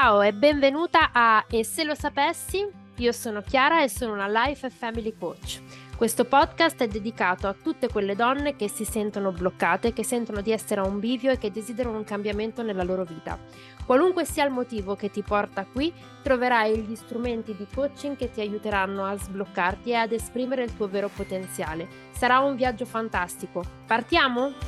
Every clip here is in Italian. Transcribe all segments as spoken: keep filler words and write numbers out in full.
Ciao e benvenuta a E se lo sapessi? Io sono Chiara e sono una Life e Family Coach. Questo podcast è dedicato a tutte quelle donne che si sentono bloccate, che sentono di essere a un bivio e che desiderano un cambiamento nella loro vita. Qualunque sia il motivo che ti porta qui, troverai gli strumenti di coaching che ti aiuteranno a sbloccarti e ad esprimere il tuo vero potenziale. Sarà un viaggio fantastico. Partiamo?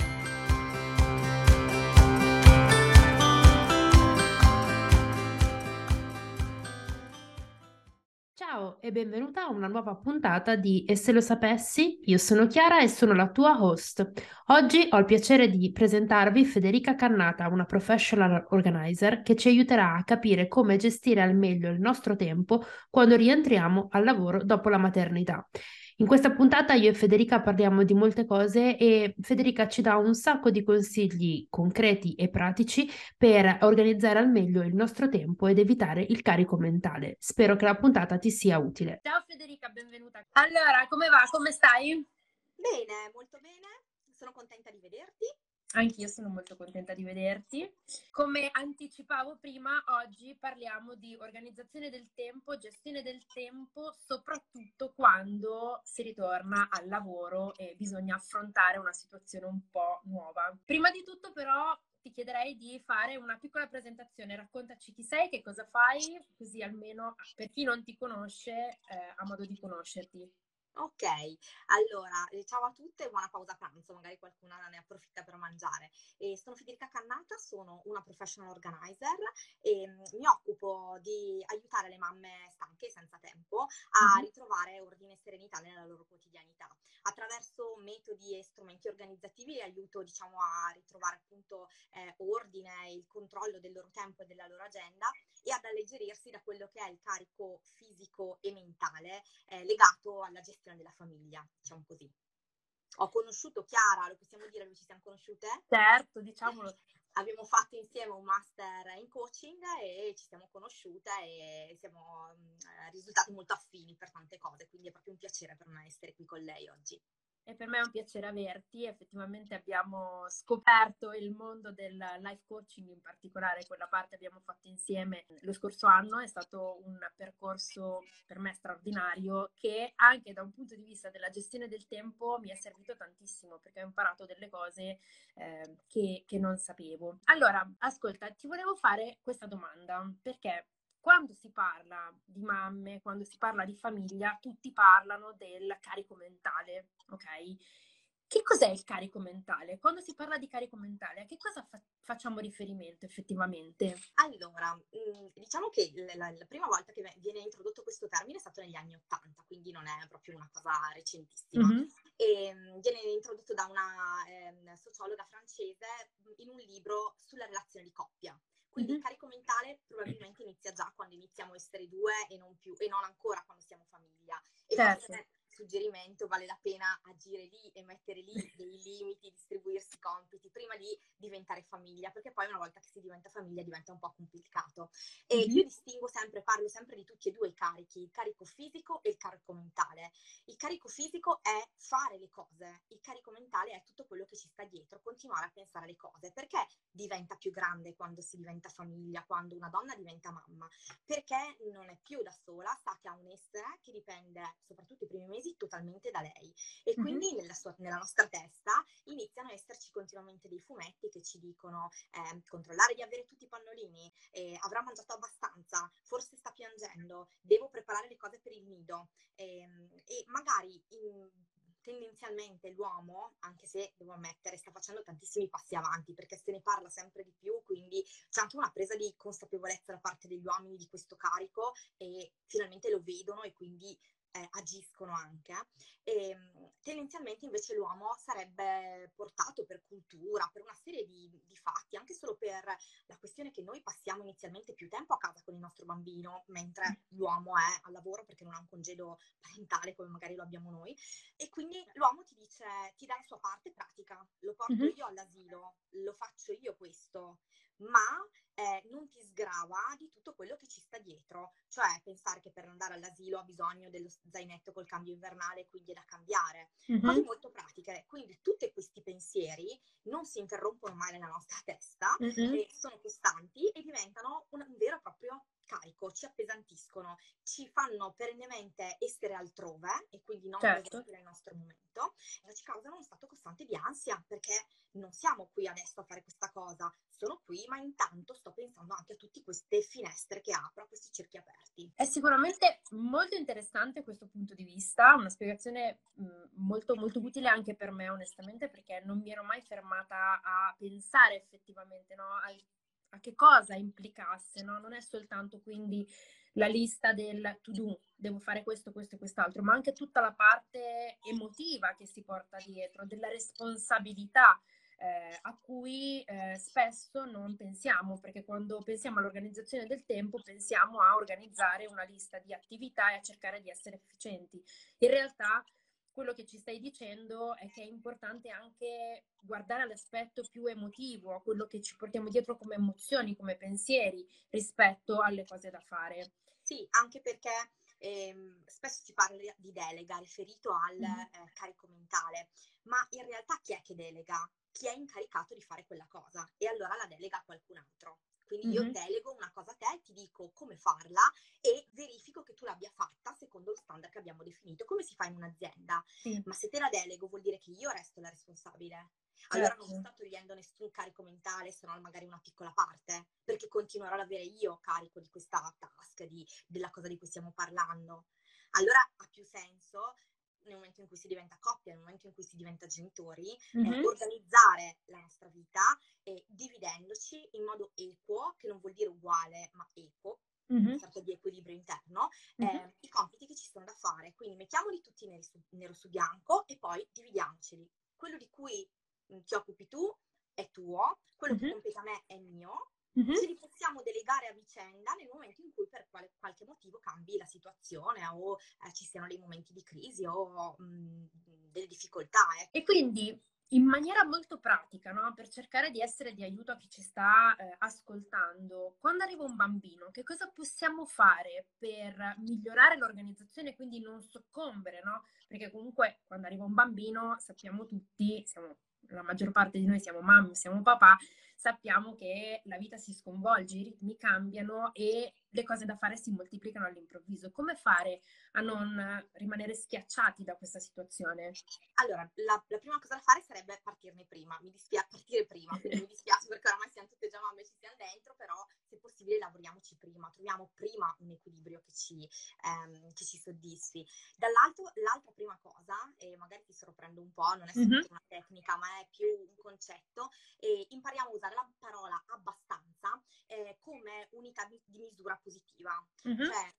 Ciao e benvenuta a una nuova puntata di E se lo sapessi? Io sono Chiara e sono la tua host. Oggi ho il piacere di presentarvi Federica Cannata, una professional organizer che ci aiuterà a capire come gestire al meglio il nostro tempo quando rientriamo al lavoro dopo la maternità. In questa puntata io e Federica parliamo di molte cose e Federica ci dà un sacco di consigli concreti e pratici per organizzare al meglio il nostro tempo ed evitare il carico mentale. Spero che la puntata ti sia utile. Ciao Federica, benvenuta. Allora, come va? Come stai? Bene, molto bene, sono contenta di vederti. Anch'io sono molto contenta di vederti. Come anticipavo prima, oggi parliamo di organizzazione del tempo, gestione del tempo, soprattutto quando si ritorna al lavoro e bisogna affrontare una situazione un po' nuova. Prima di tutto però ti chiederei di fare una piccola presentazione, raccontaci chi sei, che cosa fai, così almeno per chi non ti conosce eh, ha modo di conoscerti. Ok, allora, eh, ciao a tutte, buona pausa pranzo, magari qualcuna ne approfitta per mangiare. E sono Federica Cannata, sono una professional organizer e mm, mi occupo di aiutare le mamme stanche, senza tempo, a Mhm. ritrovare ordine e serenità nella loro quotidianità. Attraverso metodi e strumenti organizzativi le aiuto, diciamo, a ritrovare appunto eh, ordine, il controllo del loro tempo e della loro agenda e ad alleggerirsi da quello che è il carico fisico e mentale eh, legato alla gestione della famiglia, diciamo così. Ho conosciuto Chiara, lo possiamo dire, noi ci siamo conosciute? Certo, diciamolo. Abbiamo fatto insieme un master in coaching e ci siamo conosciute e siamo mh, risultati molto affini per tante cose, quindi è proprio un piacere per me essere qui con lei oggi. E per me è un piacere averti, effettivamente abbiamo scoperto il mondo del life coaching, in particolare quella parte abbiamo fatto insieme lo scorso anno, è stato un percorso per me straordinario che anche da un punto di vista della gestione del tempo mi è servito tantissimo perché ho imparato delle cose eh, che, che non sapevo. Allora, ascolta, ti volevo fare questa domanda perché quando si parla di mamme, quando si parla di famiglia, tutti parlano del carico mentale, ok? Che cos'è il carico mentale? Quando si parla di carico mentale, a che cosa fa- facciamo riferimento effettivamente? Allora, mh, diciamo che l- la, la prima volta che viene introdotto questo termine è stato negli anni Ottanta, quindi non è proprio una cosa recentissima. Mhm. E, mh, viene introdotto da una ehm, sociologa francese mh, in un libro sulla relazione di coppia. Quindi il Mhm. carico mentale probabilmente inizia già quando iniziamo a essere due e non più, e non ancora quando siamo famiglia. E Certo. forse suggerimento vale la pena agire lì e mettere lì dei limiti, distribuirsi i compiti prima di diventare famiglia, perché poi una volta che si diventa famiglia diventa un po' complicato. E Mhm. io distingo sempre, parlo sempre di tutti e due i carichi, il carico fisico e il carico mentale. Il carico fisico è fare le cose, il carico mentale è tutto quello che ci sta dietro, continuare a pensare alle cose, perché diventa più grande quando si diventa famiglia, quando una donna diventa mamma, perché non è più da sola, sa che ha un essere che dipende, soprattutto i primi mesi, totalmente da lei. E Mhm. quindi nella, sua, nella nostra testa iniziano a esserci continuamente dei fumetti che ci dicono eh, controllare di avere tutti i pannolini, eh, avrà mangiato abbastanza, forse sta piangendo, devo preparare le cose per il nido eh, e magari in, tendenzialmente l'uomo, anche se devo ammettere, sta facendo tantissimi passi avanti perché se ne parla sempre di più, quindi c'è anche una presa di consapevolezza da parte degli uomini di questo carico e finalmente lo vedono e quindi eh, agiscono anche. E, tendenzialmente invece l'uomo sarebbe portato per cultura, per una serie di, di fatti, anche solo per la questione che noi passiamo inizialmente più tempo a casa con il nostro bambino, mentre l'uomo è al lavoro perché non ha un congedo parentale come magari lo abbiamo noi. E quindi l'uomo ti dice, ti dà la sua parte pratica, lo porto Mhm. io all'asilo, lo faccio io questo, ma eh, non ti sgrava di tutto quello che ci sta dietro, cioè pensare che per andare all'asilo ha bisogno dello zainetto col cambio invernale, quindi è da cambiare, Mm-hmm. cose molto pratiche. Quindi tutti questi pensieri non si interrompono mai nella nostra testa, Mm-hmm. e sono costanti e diventano un, un vero e proprio carico, ci appesantiscono, ci fanno perennemente essere altrove e quindi non Certo. presenti nel nostro momento, e ci causano uno stato costante di ansia, perché non siamo qui adesso a fare questa cosa, sono qui, ma intanto sto pensando anche a tutte queste finestre che apro, a questi cerchi aperti. È sicuramente molto interessante questo punto di vista, una spiegazione mh, molto, molto utile anche per me, onestamente, perché non mi ero mai fermata a pensare effettivamente, no, a, a che cosa implicasse, no? Non è soltanto quindi la lista del to-do, devo fare questo, questo e quest'altro, ma anche tutta la parte emotiva che si porta dietro, della responsabilità. Eh, a cui eh, spesso non pensiamo, perché quando pensiamo all'organizzazione del tempo pensiamo a organizzare una lista di attività e a cercare di essere efficienti. In realtà quello che ci stai dicendo è che è importante anche guardare all'aspetto più emotivo, a quello che ci portiamo dietro come emozioni, come pensieri rispetto alle cose da fare. Sì, anche perché ehm, spesso si parla di delega riferito al Mm-hmm. eh, carico mentale, ma in realtà chi è che delega? Chi è incaricato di fare quella cosa? E allora la delega a qualcun altro. Quindi io Mm-hmm. delego una cosa a te, ti dico come farla e verifico che tu l'abbia fatta secondo lo standard che abbiamo definito, come si fa in un'azienda. Sì. Ma se te la delego vuol dire che io resto la responsabile. Certo. Allora non sto togliendo nessun carico mentale, se no magari una piccola parte, perché continuerò ad avere io carico di questa task, di, della cosa di cui stiamo parlando. Allora ha più senso, nel momento in cui si diventa coppia, nel momento in cui si diventa genitori, mm-hmm. eh, organizzare la nostra vita eh, dividendoci in modo equo, che non vuol dire uguale, ma equo, mm-hmm. una sorta di equilibrio interno, eh, mm-hmm. i compiti che ci sono da fare. Quindi mettiamoli tutti nero su, nero su bianco e poi dividiamoceli. Quello di cui ti occupi tu è tuo, quello mm-hmm. che compete a me è mio, mm-hmm. ce li possiamo delegare a vicenda nel momento in cui per quale, qualche motivo cambi la situazione o eh, ci siano dei momenti di crisi o mh, delle difficoltà. Eh. E quindi in maniera molto pratica, no? Per cercare di essere di aiuto a chi ci sta eh, ascoltando, quando arriva un bambino, che cosa possiamo fare per migliorare l'organizzazione e quindi non soccombere, no? Perché comunque quando arriva un bambino sappiamo tutti, siamo, la maggior parte di noi siamo mamme, siamo papà, sappiamo che la vita si sconvolge, i ritmi cambiano e le cose da fare si moltiplicano all'improvviso. Come fare a non rimanere schiacciati da questa situazione? Allora, la, la prima cosa da fare sarebbe partirne prima, mi dispiace partire prima, quindi mi dispiace perché oramai siamo tutte già mamme e ci siamo dentro, però se possibile lavoriamoci prima, troviamo prima un equilibrio che ci, ehm, che ci soddisfi. Dall'altro, l'altra prima cosa, e magari ti sorprendo un po', non è solo Mm-hmm. una tecnica, ma è più un concetto, e impariamo a usare la parola abbastanza eh, come unità di, di misura positiva. Mm-hmm. Cioè,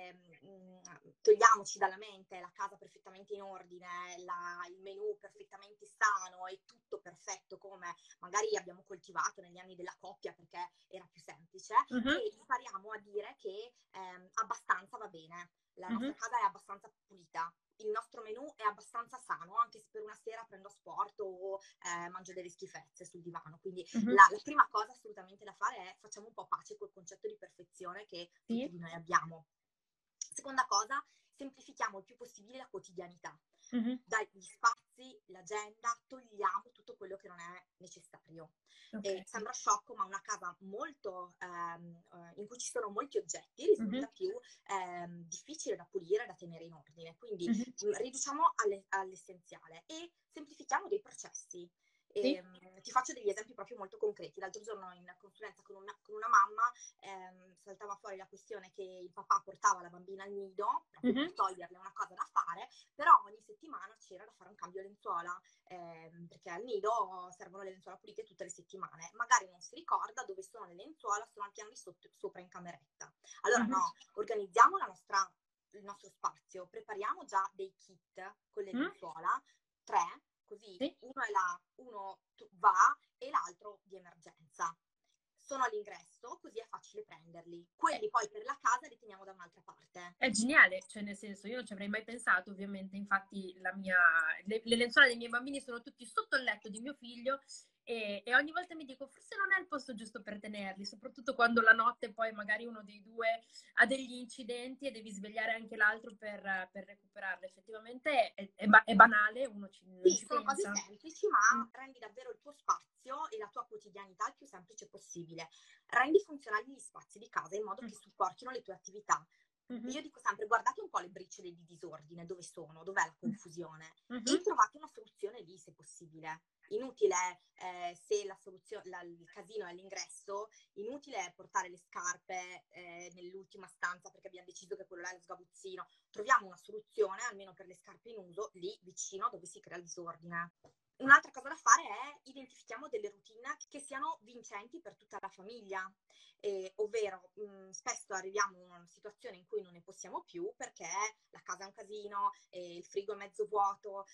ehm, togliamoci dalla mente la casa perfettamente in ordine, la, il menù perfettamente sano e tutto perfetto come magari abbiamo coltivato negli anni della coppia perché era più semplice, Mm-hmm. e impariamo a dire che ehm, abbastanza va bene, la nostra mm-hmm. casa è abbastanza pulita, il nostro menù è abbastanza sano, anche se per una sera prendo sport o eh, mangio delle schifezze sul divano. Quindi mm-hmm. la, la prima cosa assolutamente da fare è facciamo un po' pace col concetto di perfezione che sì. tutti di noi abbiamo. Seconda cosa, semplifichiamo il più possibile la quotidianità. Mm-hmm. Dagli spazi, l'agenda, togliamo tutto quello che non è necessario. Okay. E sembra sciocco, ma una casa molto ehm, in cui ci sono molti oggetti risulta mm-hmm. più ehm, difficile da pulire e da tenere in ordine. Quindi mm-hmm. riduciamo alle, all'essenziale e semplifichiamo dei processi. Sì. E, ti faccio degli esempi proprio molto concreti. L'altro giorno in consulenza con una, con una mamma ehm, saltava fuori la questione che il papà portava la bambina al nido proprio mm-hmm. per toglierle una cosa da fare, però ogni settimana c'era da fare un cambio lenzuola ehm, perché al nido servono le lenzuola pulite tutte le settimane. Magari non si ricorda dove sono le lenzuola, sono al piano di sotto, sopra in cameretta. Allora mm-hmm. no, organizziamo la nostra, il nostro spazio, prepariamo già dei kit con le lenzuola, mm-hmm. tre, così sì. uno è là, uno va e l'altro di emergenza. Sono all'ingresso, così è facile prenderli. Quelli poi per la casa li teniamo da un'altra parte. È geniale, cioè nel senso io non ci avrei mai pensato, ovviamente, infatti la mia, le, le lenzuola dei miei bambini sono tutti sotto il letto di mio figlio E, e ogni volta mi dico, forse non è il posto giusto per tenerli, soprattutto quando la notte poi magari uno dei due ha degli incidenti e devi svegliare anche l'altro per, per recuperarli. Effettivamente è, è ba- è banale, uno ci- non Sì, ci sono cose pensa. semplici, Mm, ma rendi davvero il tuo spazio e la tua quotidianità il più semplice possibile. Rendi funzionali gli spazi di casa in modo che supportino le tue attività. mhm, Io dico sempre, guardate un po' le briciole di disordine, dove sono, dov'è la confusione, e mhm. trovate una soluzione lì, se possibile. Inutile, eh, se la soluzione, la- il casino è all'ingresso, inutile portare le scarpe eh, nell'ultima stanza perché abbiamo deciso che quello là è lo sgabuzzino. Troviamo una soluzione, almeno per le scarpe in uso, lì vicino dove si crea il disordine. Un'altra cosa da fare è identifichiamo delle routine che siano vincenti per tutta la famiglia. Eh, ovvero mh, spesso arriviamo in una situazione in cui non ne possiamo più perché la casa è un casino, eh, il frigo è mezzo vuoto,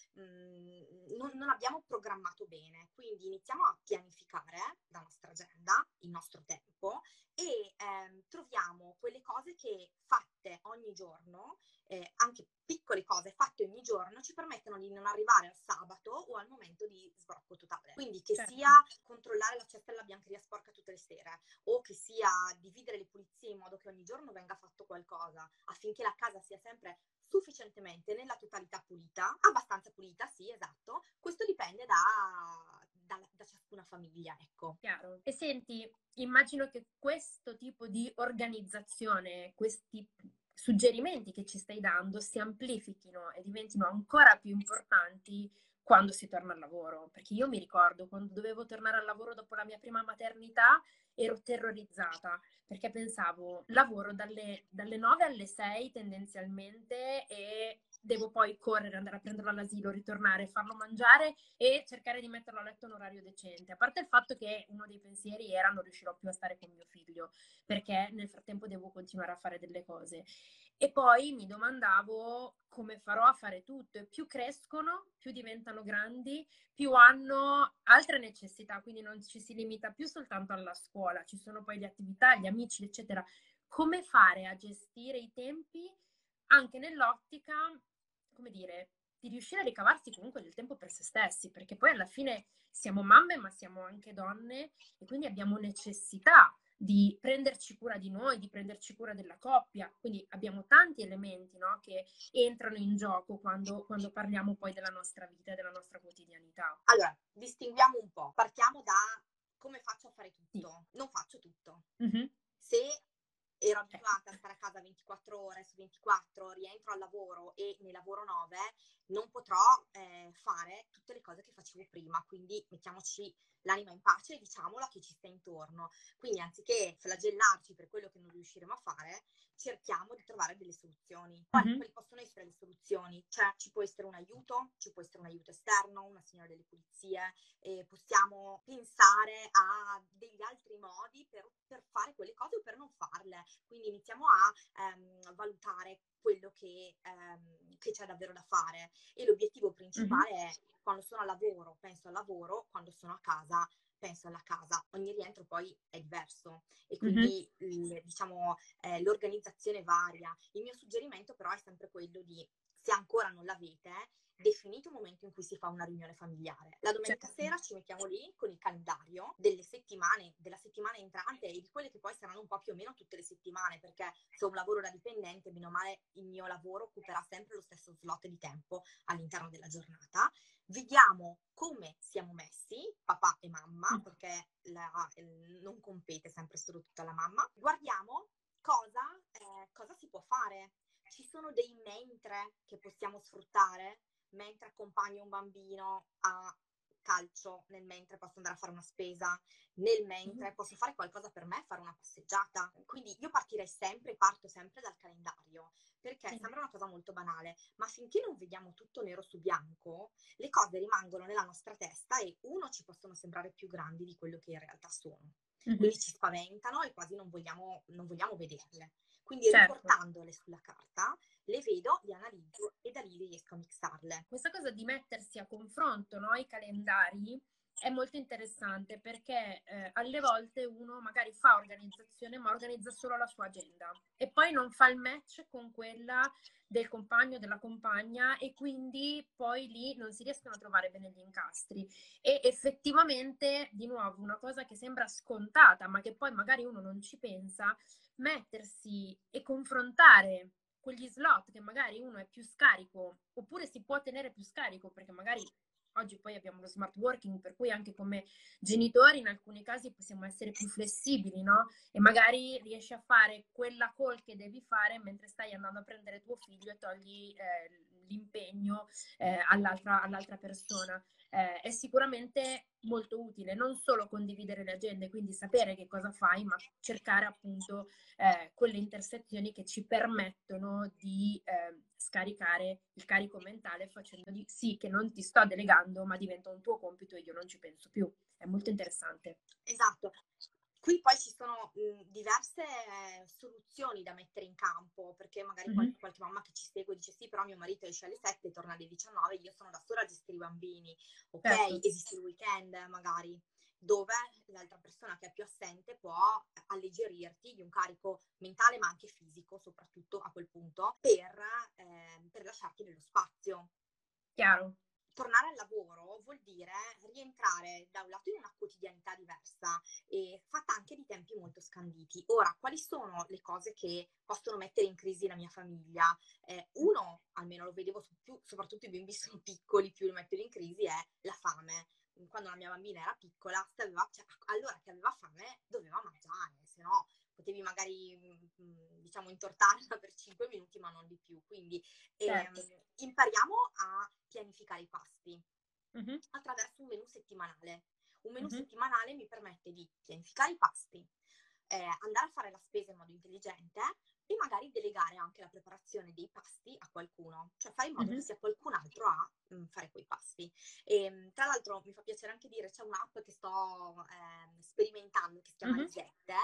mh, non, non abbiamo programmato bene, quindi iniziamo a pianificare la nostra agenda, il nostro tempo, e ehm, troviamo quelle cose che fatte ogni giorno, eh, anche piccole cose fatte ogni giorno, ci permettono di non arrivare al sabato o al momento di sbrocco totale. Quindi che Certo. sia controllare la cesta della biancheria sporca tutte le sere, o che sia dividere le pulizie in modo che ogni giorno venga fatto qualcosa, affinché la casa sia sempre sufficientemente nella totalità pulita, abbastanza pulita, sì, esatto. Questo dipende da, da, da ciascuna famiglia, ecco. Chiaro. E senti, immagino che questo tipo di organizzazione, questi suggerimenti che ci stai dando si amplifichino e diventino ancora più importanti quando si torna al lavoro. Perché io mi ricordo quando dovevo tornare al lavoro dopo la mia prima maternità, ero terrorizzata perché pensavo lavoro dalle, dalle nove alle sei tendenzialmente e devo poi correre, andare a prenderlo all'asilo, ritornare, farlo mangiare e cercare di metterlo a letto a un orario decente. A parte il fatto che uno dei pensieri era non riuscirò più a stare con mio figlio, perché nel frattempo devo continuare a fare delle cose. E poi mi domandavo come farò a fare tutto. E più crescono, più diventano grandi, più hanno altre necessità, quindi non ci si limita più soltanto alla scuola, ci sono poi le attività, gli amici, eccetera. Come fare a gestire i tempi anche nell'ottica, come dire, di riuscire a ricavarsi comunque del tempo per se stessi, perché poi alla fine siamo mamme, ma siamo anche donne e quindi abbiamo necessità di prenderci cura di noi, di prenderci cura della coppia, quindi abbiamo tanti elementi, no, che entrano in gioco quando, quando parliamo poi della nostra vita e della nostra quotidianità. Allora, distinguiamo un po'. Partiamo da come faccio a fare Sì. tutto. Non faccio tutto. Mhm. Se ero Eh, abituata a stare a casa ventiquattro ore su ventiquattro, rientro al lavoro e ne lavoro nove, non potrò eh, fare tutte le cose che facevo prima. Quindi mettiamoci l'anima in pace e diciamolo a chi ci sta intorno. Quindi anziché flagellarci per quello che non riusciremo a fare, cerchiamo di trovare delle soluzioni. Quali, mhm. quali possono essere le soluzioni? Cioè, ci può essere un aiuto, ci può essere un aiuto esterno, una signora delle pulizie, eh, possiamo pensare a degli altri modi per, per fare quelle cose o per non farle. Quindi iniziamo a ehm, valutare quello che, ehm, che c'è davvero da fare. E l'obiettivo Mhm. principale è: quando sono a lavoro penso al lavoro, quando sono a casa penso alla casa. Ogni rientro poi è diverso e Mhm. quindi il, diciamo, eh, l'organizzazione varia. Il mio suggerimento però è sempre quello di, se ancora non l'avete, definite un momento in cui si fa una riunione familiare. La domenica Certo. sera ci mettiamo lì con il calendario delle settimane, della settimana entrante e di quelle che poi saranno un po' più o meno tutte le settimane, perché se ho un lavoro da dipendente, bene o male il mio lavoro occuperà sempre lo stesso slot di tempo all'interno della giornata. Vediamo come siamo messi, papà e mamma, Mm. perché la, non compete sempre solo tutta la mamma. Guardiamo cosa, eh, cosa si può fare. Ci sono dei mentre che possiamo sfruttare mentre accompagno un bambino a calcio, nel mentre posso andare a fare una spesa, nel mentre posso fare qualcosa per me, fare una passeggiata. Quindi io partirei sempre, parto sempre dal calendario, perché Sì. sembra una cosa molto banale, ma finché non vediamo tutto nero su bianco, le cose rimangono nella nostra testa e uno, ci possono sembrare più grandi di quello che in realtà sono. Mhm. Quindi ci spaventano e quasi non vogliamo, non vogliamo vederle. Quindi Certo. riportandole sulla carta, le vedo, le analizzo e da lì riesco a mixarle. Questa cosa di mettersi a confronto, no, i calendari è molto interessante perché eh, alle volte uno magari fa organizzazione, ma organizza solo la sua agenda e poi non fa il match con quella del compagno, della compagna, e quindi poi lì non si riescono a trovare bene gli incastri. E effettivamente, di nuovo, una cosa che sembra scontata, ma che poi magari uno non ci pensa, mettersi e confrontare quegli slot che magari uno è più scarico, oppure si può tenere più scarico, perché magari oggi poi abbiamo lo smart working, per cui anche come genitori in alcuni casi possiamo essere più flessibili, no? E magari riesci a fare quella call che devi fare mentre stai andando a prendere tuo figlio e togli eh, l'impegno eh, all'altra, all'altra persona. Eh, è sicuramente molto utile non solo condividere le agende, quindi sapere che cosa fai, ma cercare appunto eh, quelle intersezioni che ci permettono di eh, scaricare il carico mentale facendo di sì che non ti sto delegando, ma diventa un tuo compito e io non ci penso più. È molto interessante. Esatto. Qui poi ci sono mh, diverse eh, soluzioni da mettere in campo, perché magari Mm-hmm. qualche, qualche mamma che ci segue dice sì, però mio marito esce alle sette, torna alle diciannove, io sono da sola a gestire i bambini. Ok, Certo. esiste il weekend magari, dove l'altra persona che è più assente può alleggerirti di un carico mentale ma anche fisico, soprattutto a quel punto, per, eh, per lasciarti dello spazio. Chiaro. Tornare al lavoro vuol dire rientrare da un lato in una quotidianità diversa e fatta anche di tempi molto scanditi. Ora, quali sono le cose che possono mettere in crisi la mia famiglia? Eh, uno, almeno lo vedevo su più, soprattutto i bimbi sono piccoli, più li mettono in crisi, è la fame. Quando la mia bambina era piccola, aveva, cioè, allora che aveva fame doveva mangiare, se no potevi magari diciamo intortarla per cinque minuti ma non di più, quindi Certo. ehm, impariamo a pianificare i pasti Mm-hmm. attraverso un menù settimanale. Un menù Mm-hmm. settimanale mi permette di pianificare i pasti, eh, andare a fare la spesa in modo intelligente e magari delegare anche la preparazione dei pasti a qualcuno, cioè fare in modo Mm-hmm. che sia qualcun altro a mh, fare quei pasti. E, tra l'altro mi fa piacere anche dire, c'è un'app che sto eh, sperimentando che si chiama Mm-hmm. Lisette,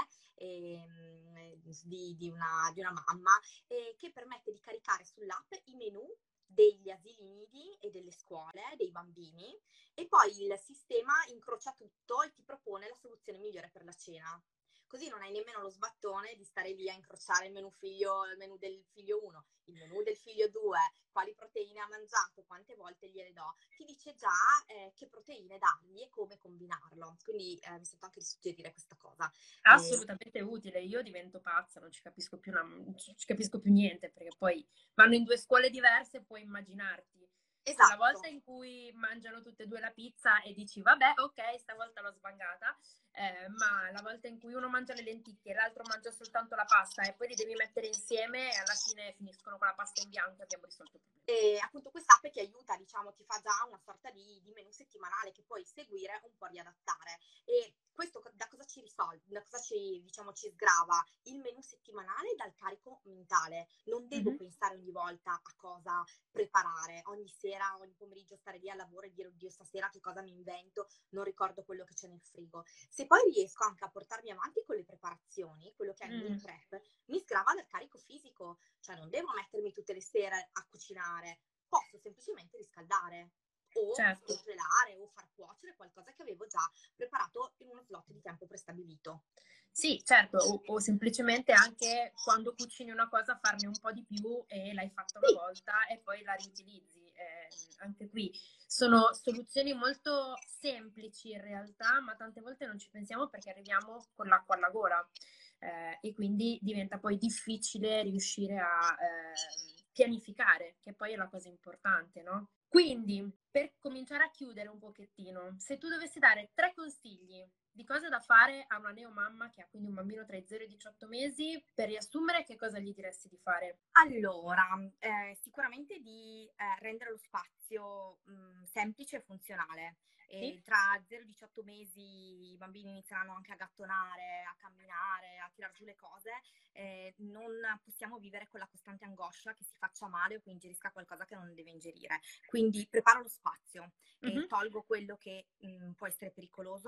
eh, di, di, una, di una mamma, eh, che permette di caricare sull'app i menù degli asili nidi e delle scuole, dei bambini, e poi il sistema incrocia tutto e ti propone la soluzione migliore per la cena. Così non hai nemmeno lo sbattone di stare lì a incrociare il menù figlio, il menù del figlio uno, il menù del figlio due, quali proteine ha mangiato, quante volte gliele do. Ti dice già eh, che proteine dargli e come combinarlo. Quindi eh, mi sento anche di suggerire questa cosa. Assolutamente utile. Io divento pazza, non ci capisco più, una, non ci capisco più niente, perché poi vanno in due scuole diverse, puoi immaginarti. C'è la Esatto. volta in cui mangiano tutte e due la pizza e dici vabbè, ok, stavolta l'ho svangata, eh, ma la volta in cui uno mangia le lenticchie e l'altro mangia soltanto la pasta e poi li devi mettere insieme e alla fine finiscono con la pasta in bianco e abbiamo risolto il problema. E appunto quest'app ti aiuta, diciamo, ti fa già una sorta di, di menù settimanale che puoi seguire, un po' riadattare. E questo da cosa ci risolve, da cosa ci, diciamo, ci sgrava? Il menù settimanale dal carico mentale. Non devo Mm-hmm. pensare ogni volta a cosa preparare, ogni sera, ogni pomeriggio stare lì al lavoro e dire oddio stasera che cosa mi invento, non ricordo quello che c'è nel frigo. Se poi riesco anche a portarmi avanti con le preparazioni, quello che è il Mm. meal prep, mi sgrava dal carico fisico, cioè non devo mettermi tutte le sere a cucinare, posso semplicemente riscaldare o Certo. congelare o far cuocere qualcosa che avevo già preparato in uno slot di tempo prestabilito. Sì, certo, o, o semplicemente anche quando cucini una cosa farne un po' di più e l'hai fatta una Sì. volta e poi la riutilizzi. Eh, anche qui sono soluzioni molto semplici in realtà, ma tante volte non ci pensiamo perché arriviamo con l'acqua alla gola eh, e quindi diventa poi difficile riuscire a eh, pianificare, che poi è la cosa importante, no? Quindi, per cominciare a chiudere un pochettino, se tu dovessi dare tre consigli di cose da fare a una neomamma che ha quindi un bambino tra i zero e i diciotto mesi, per riassumere, che cosa gli diresti di fare? Allora, eh, sicuramente di eh, rendere lo spazio mh, semplice e funzionale. Sì? E tra zero e diciotto mesi i bambini inizieranno anche a gattonare, a camminare, a tirar giù le cose. Eh, non possiamo vivere con la costante angoscia che si faccia male o che ingerisca qualcosa che non deve ingerire. Quindi preparo lo spazio e Mm-hmm. tolgo quello che mh, può essere pericoloso,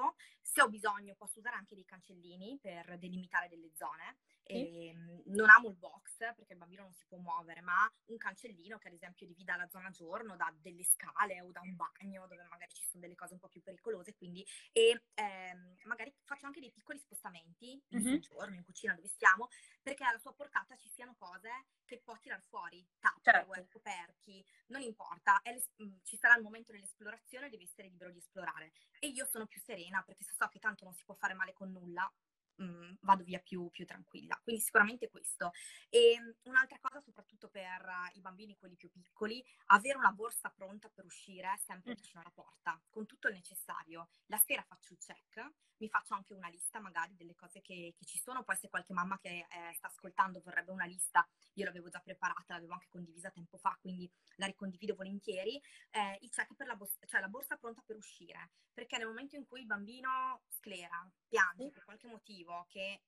Se ho bisogno posso usare anche dei cancellini per delimitare delle zone. Sì. E non amo il box perché il bambino non si può muovere, ma un cancellino che ad esempio divida la zona giorno da delle scale o da un bagno dove magari ci sono delle cose un po' più pericolose, quindi e ehm, magari faccio anche dei piccoli spostamenti in Mhm. soggiorno, in cucina dove stiamo, perché alla sua portata ci siano cose che può tirar fuori, Tupperware, Certo, coperchi, non importa, è l'es- mh, ci sarà il momento dell'esplorazione, devi essere libero di esplorare. E io sono più serena perché se so che tanto non si può fare male con nulla, mh, vado via più, più tranquilla. Quindi sicuramente questo. E mh, un'altra cosa, soprattutto per eh, i bambini, quelli più piccoli, avere una borsa pronta per uscire sempre mm, vicino alla porta, con tutto il necessario. La sera faccio il check, mi faccio anche una lista magari delle cose che, che ci sono, poi se qualche mamma che eh, sta ascoltando vorrebbe una lista, io l'avevo già preparata, l'avevo anche condivisa tempo fa, quindi la ricondivido volentieri. Eh, il check per la borsa, cioè la borsa pronta per uscire, perché nel momento in cui il bambino sclera, piange sì. per qualche motivo, che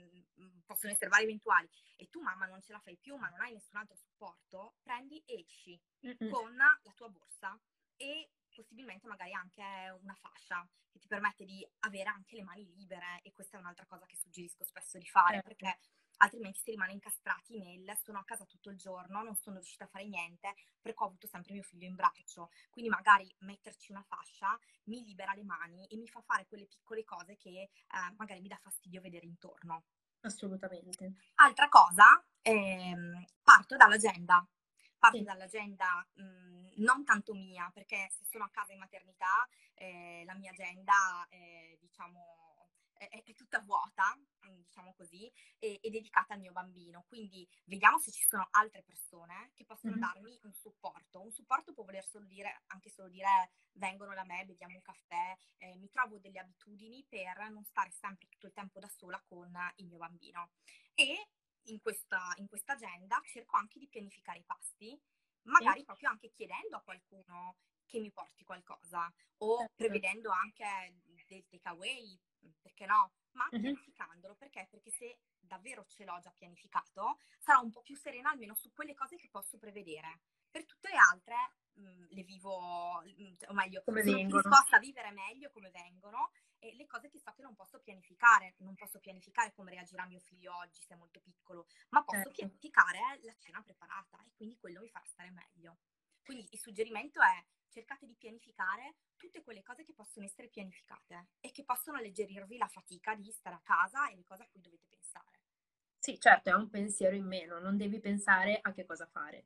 mh, possono essere vari eventuali, e tu mamma non ce la fai più, ma non hai nessun altro supporto, prendi e esci Mm-mm. con la tua borsa e possibilmente magari anche una fascia che ti permette di avere anche le mani libere, e questa è un'altra cosa che suggerisco spesso di fare, Certo. perché altrimenti si rimane incastrati nel sono a casa tutto il giorno, non sono riuscita a fare niente perché ho avuto sempre mio figlio in braccio. Quindi magari metterci una fascia mi libera le mani e mi fa fare quelle piccole cose che eh, magari mi dà fastidio vedere intorno. Assolutamente. Altra cosa, ehm, parto dall'agenda. Parto Sì. dall'agenda mh, non tanto mia, perché se sono a casa in maternità eh, la mia agenda è, diciamo, è, è tutta vuota, diciamo così, e, è dedicata al mio bambino. Quindi vediamo se ci sono altre persone che possono Mhm. darmi un supporto. Un supporto può voler solo dire, anche solo dire vengono da me, beviamo un caffè, eh, mi trovo delle abitudini per non stare sempre tutto il tempo da sola con il mio bambino. E in questa, in questa agenda cerco anche di pianificare i pasti, Sì. magari proprio anche chiedendo a qualcuno che mi porti qualcosa o Certo. prevedendo anche del takeaway, perché no? Ma Mhm. pianificandolo, perché? Perché se davvero ce l'ho già pianificato, sarò un po' più serena almeno su quelle cose che posso prevedere. Per tutte le altre mh, le vivo, mh, o meglio, Come sono più vengono. disposta a vivere meglio come vengono, e le cose che so che non posso pianificare. Non posso pianificare come reagirà mio figlio oggi se è molto piccolo, ma posso Certo. pianificare la cena preparata e quindi quello mi farà stare meglio. Quindi il suggerimento è cercate di pianificare tutte quelle cose che possono essere pianificate e che possono alleggerirvi la fatica di stare a casa e le cose a cui dovete pensare. Sì, certo, è un pensiero in meno, non devi pensare a che cosa fare.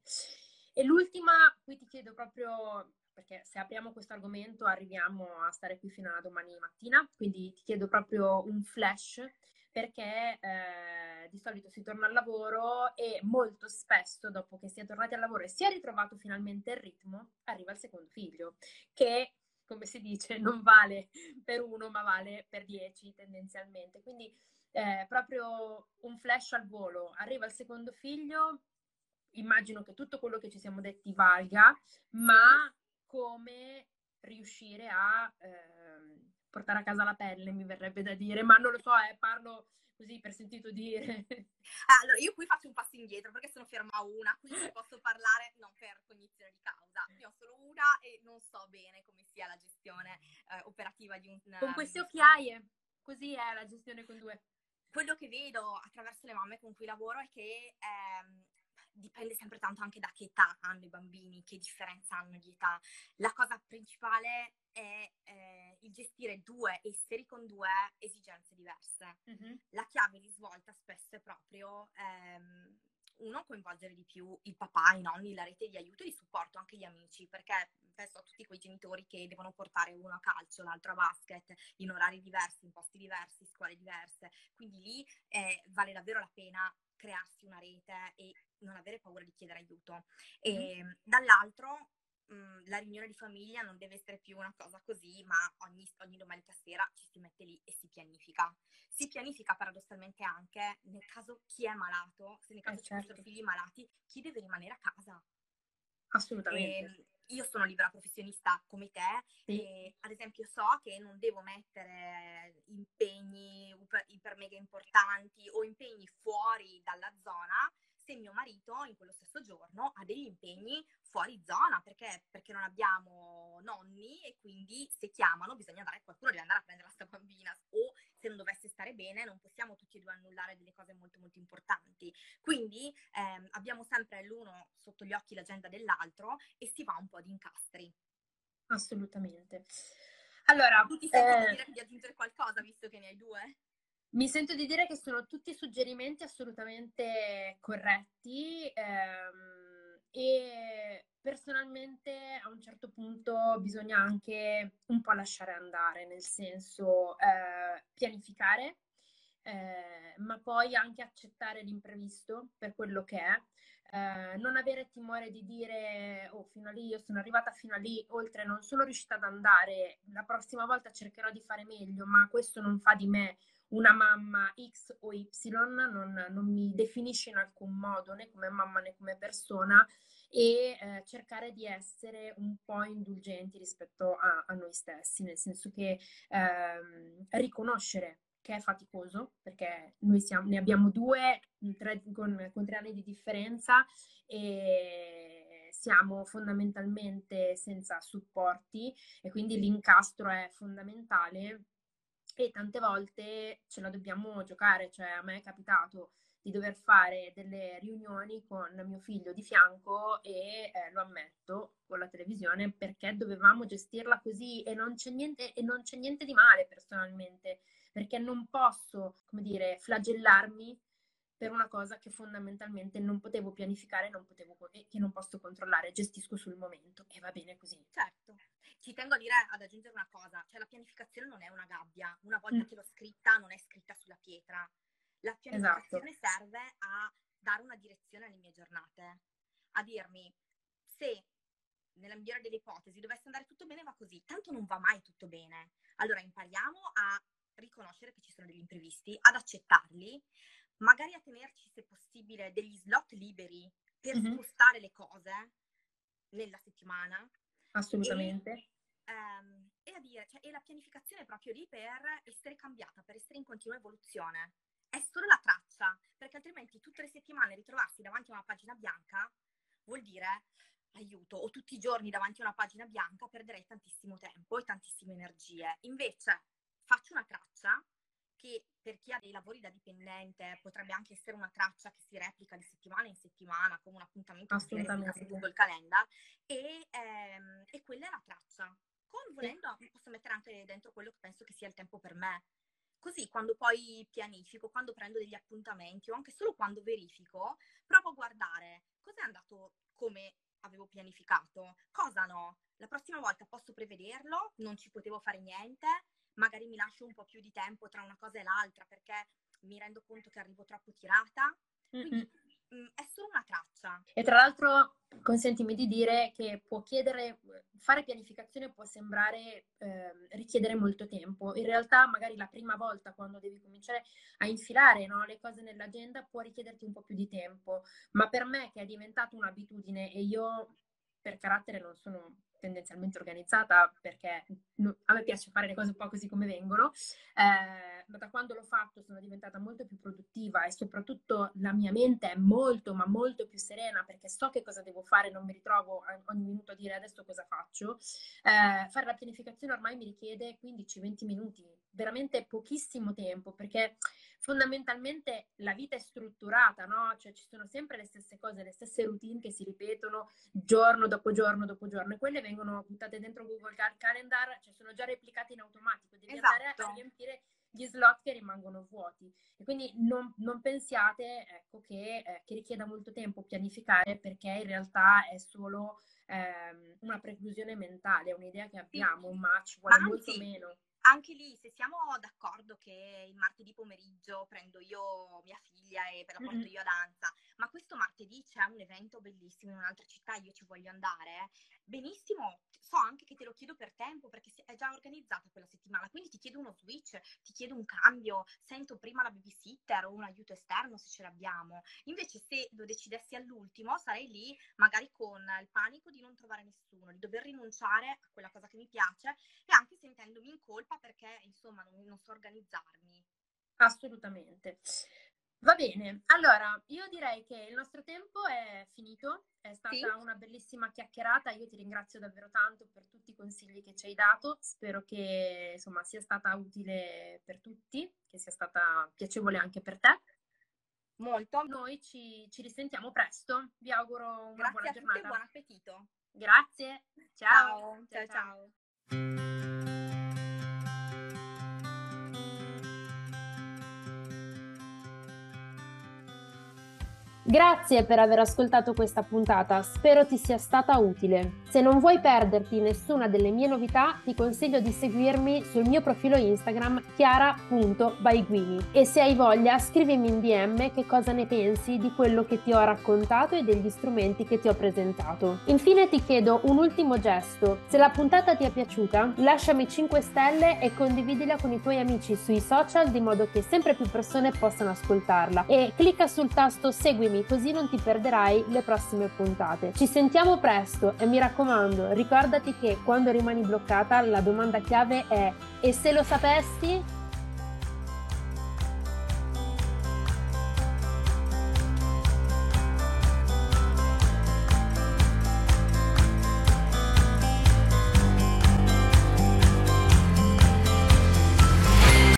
E l'ultima, qui ti chiedo proprio, perché se apriamo questo argomento arriviamo a stare qui fino a domani mattina, quindi ti chiedo proprio un flash, perché eh, di solito si torna al lavoro e molto spesso, dopo che si è tornati al lavoro e si è ritrovato finalmente il ritmo, arriva il secondo figlio, che, come si dice, non vale per uno, ma vale per dieci tendenzialmente. Quindi eh, proprio un flash al volo. Arriva il secondo figlio, immagino che tutto quello che ci siamo detti valga, Sì? ma come riuscire a ehm, portare a casa la pelle, mi verrebbe da dire, ma non lo so, eh, parlo così per sentito dire. Allora, io qui faccio un passo indietro perché sono ferma a una, quindi posso parlare non per cognizione di causa. Io ho solo una e non so bene come sia la gestione eh, operativa di un, Con um, queste di un occhiaie, così è la gestione con due. quello che vedo attraverso le mamme con cui lavoro è che ehm, dipende sempre tanto anche da che età hanno i bambini, che differenza hanno di età. La cosa principale è eh, il gestire due esseri con due esigenze diverse. Mm-hmm. La chiave di svolta spesso è proprio ehm, uno, coinvolgere di più il papà, i nonni, la rete di aiuto e di supporto, anche gli amici, perché penso a tutti quei genitori che devono portare uno a calcio, l'altro a basket, in orari diversi, in posti diversi, scuole diverse. Quindi lì eh, vale davvero la pena crearsi una rete e non avere paura di chiedere aiuto. Mm-hmm. E dall'altro mh, la riunione di famiglia non deve essere più una cosa così, ma ogni, ogni domenica sera ci si mette lì e si pianifica. Si pianifica paradossalmente anche nel caso chi è malato, se nel Eh, caso ci fossero certo, figli malati, chi deve rimanere a casa. assolutamente. E io sono libera professionista come te Sì. e ad esempio so che non devo mettere impegni iper, iper mega importanti o impegni fuori dalla zona se mio marito in quello stesso giorno ha degli impegni fuori zona, perché, perché non abbiamo nonni e quindi se chiamano bisogna andare, qualcuno deve andare a prendere la sua bambina, bene, non possiamo tutti e due annullare delle cose molto molto importanti. Quindi ehm, abbiamo sempre l'uno sotto gli occhi l'agenda dell'altro e si va un po' ad incastri. Assolutamente. Allora, Tu ti senti di eh, dire di aggiungere qualcosa, visto che ne hai due? mi sento di dire che sono tutti suggerimenti assolutamente corretti, ehm, e personalmente a un certo punto bisogna anche un po' lasciare andare, nel senso eh, pianificare, eh, ma poi anche accettare l'imprevisto per quello che è. Eh, non avere timore di dire, oh, fino a lì, io sono arrivata fino a lì, oltre non sono riuscita ad andare, la prossima volta cercherò di fare meglio, ma questo non fa di me una mamma X o Y, non, non mi definisce in alcun modo né come mamma né come persona, e eh, cercare di essere un po' indulgenti rispetto a, a noi stessi, nel senso che ehm, riconoscere che è faticoso, perché noi siamo, ne abbiamo due tre, con, con tre anni di differenza e siamo fondamentalmente senza supporti e quindi l'incastro è fondamentale e tante volte ce la dobbiamo giocare, cioè a me è capitato di dover fare delle riunioni con mio figlio di fianco e eh, lo ammetto con la televisione perché dovevamo gestirla così e non c'è niente, e non c'è niente di male personalmente, perché non posso, come dire, flagellarmi per una cosa che fondamentalmente non potevo pianificare, non potevo, e che non posso controllare, gestisco sul momento e va bene così. Certo. Ci tengo a dire, ad aggiungere una cosa, cioè la pianificazione non è una gabbia, una volta Mm, che l'ho scritta non è scritta sulla pietra. La esatto, pianificazione serve a dare una direzione alle mie giornate, a dirmi se nella migliore delle ipotesi dovesse andare tutto bene va così, tanto non va mai tutto bene. Allora impariamo a riconoscere che ci sono degli imprevisti, ad accettarli, magari a tenerci se possibile degli slot liberi per mm-hmm, spostare le cose nella settimana e, assolutamente, ehm, e a dire, cioè, e la pianificazione è proprio lì per essere cambiata, per essere in continua evoluzione. È solo la traccia, perché altrimenti tutte le settimane ritrovarsi davanti a una pagina bianca vuol dire aiuto, o tutti i giorni davanti a una pagina bianca perderei tantissimo tempo e tantissime energie. Invece faccio una traccia che per chi ha dei lavori da dipendente potrebbe anche essere una traccia che si replica di settimana in settimana come un appuntamento che si replica su assolutamente. Google Calendar e, ehm, e quella è la traccia. Con Sì, volendo posso mettere anche dentro quello che penso che sia il tempo per me. Così quando poi pianifico, quando prendo degli appuntamenti o anche solo quando verifico, provo a guardare cosa è andato come avevo pianificato, cosa no. La prossima volta posso prevederlo, non ci potevo fare niente, magari mi lascio un po' più di tempo tra una cosa e l'altra perché mi rendo conto che arrivo troppo tirata. mm-mm. Quindi mh, è solo una traccia. E tra l'altro consentimi di dire che può chiedere, fare pianificazione può sembrare eh, richiedere molto tempo. In realtà magari la prima volta quando devi cominciare a infilare, no, le cose nell'agenda può richiederti un po' più di tempo, ma per me che è diventata un'abitudine e io per carattere non sono tendenzialmente organizzata perché no, a me piace fare le cose un po' così come vengono, eh, ma da quando l'ho fatto sono diventata molto più produttiva e soprattutto la mia mente è molto, ma molto più serena perché so che cosa devo fare, non mi ritrovo ogni minuto a dire adesso cosa faccio. Eh, fare la pianificazione ormai mi richiede quindici venti minuti, veramente pochissimo tempo perché fondamentalmente la vita è strutturata, no? Cioè ci sono sempre le stesse cose, le stesse routine che si ripetono giorno dopo giorno dopo giorno e quelle vengono buttate dentro Google Calendar, cioè sono già replicate in automatico, devi andare a Esatto. riempire gli slot che rimangono vuoti e quindi non, non pensiate ecco, che, eh, che richieda molto tempo pianificare perché in realtà è solo ehm, una preclusione mentale, è un'idea che Sì, abbiamo, ma ci ma vuole molto anzi, meno. anche lì, se siamo d'accordo che il martedì pomeriggio prendo io mia figlia e per la porto Mm-mm. io a danza, ma questo martedì c'è un evento bellissimo in un'altra città, io ci voglio andare, benissimo, so anche che te lo chiedo per tempo perché è già organizzata quella settimana, quindi ti chiedo uno switch, ti chiedo un cambio, sento prima la babysitter o un aiuto esterno se ce l'abbiamo. Invece se lo decidessi all'ultimo sarei lì magari con il panico di non trovare nessuno, di dover rinunciare a quella cosa che mi piace e anche sentendomi in colpa perché insomma non, non so organizzarmi. Assolutamente. Va bene, allora io direi che il nostro tempo è finito, è stata Sì. una bellissima chiacchierata, io ti ringrazio davvero tanto per tutti i consigli che ci hai dato, spero che insomma sia stata utile per tutti, che sia stata piacevole anche per te. Molto. Noi ci, ci risentiamo presto, vi auguro una Grazie buona a tutti e giornata. buon appetito. Grazie, ciao. Ciao, ciao, ciao. Grazie per aver ascoltato questa puntata, spero ti sia stata utile. Se non vuoi perderti nessuna delle mie novità, ti consiglio di seguirmi sul mio profilo Instagram chiara punto baiguini e se hai voglia scrivimi in D M che cosa ne pensi di quello che ti ho raccontato e degli strumenti che ti ho presentato. Infine ti chiedo un ultimo gesto, se la puntata ti è piaciuta, lasciami cinque stelle e condividila con i tuoi amici sui social di modo che sempre più persone possano ascoltarla e clicca sul tasto seguimi così non ti perderai le prossime puntate. Ci sentiamo presto e mi raccomando, ricordati che quando rimani bloccata la domanda chiave è: e se lo sapessi?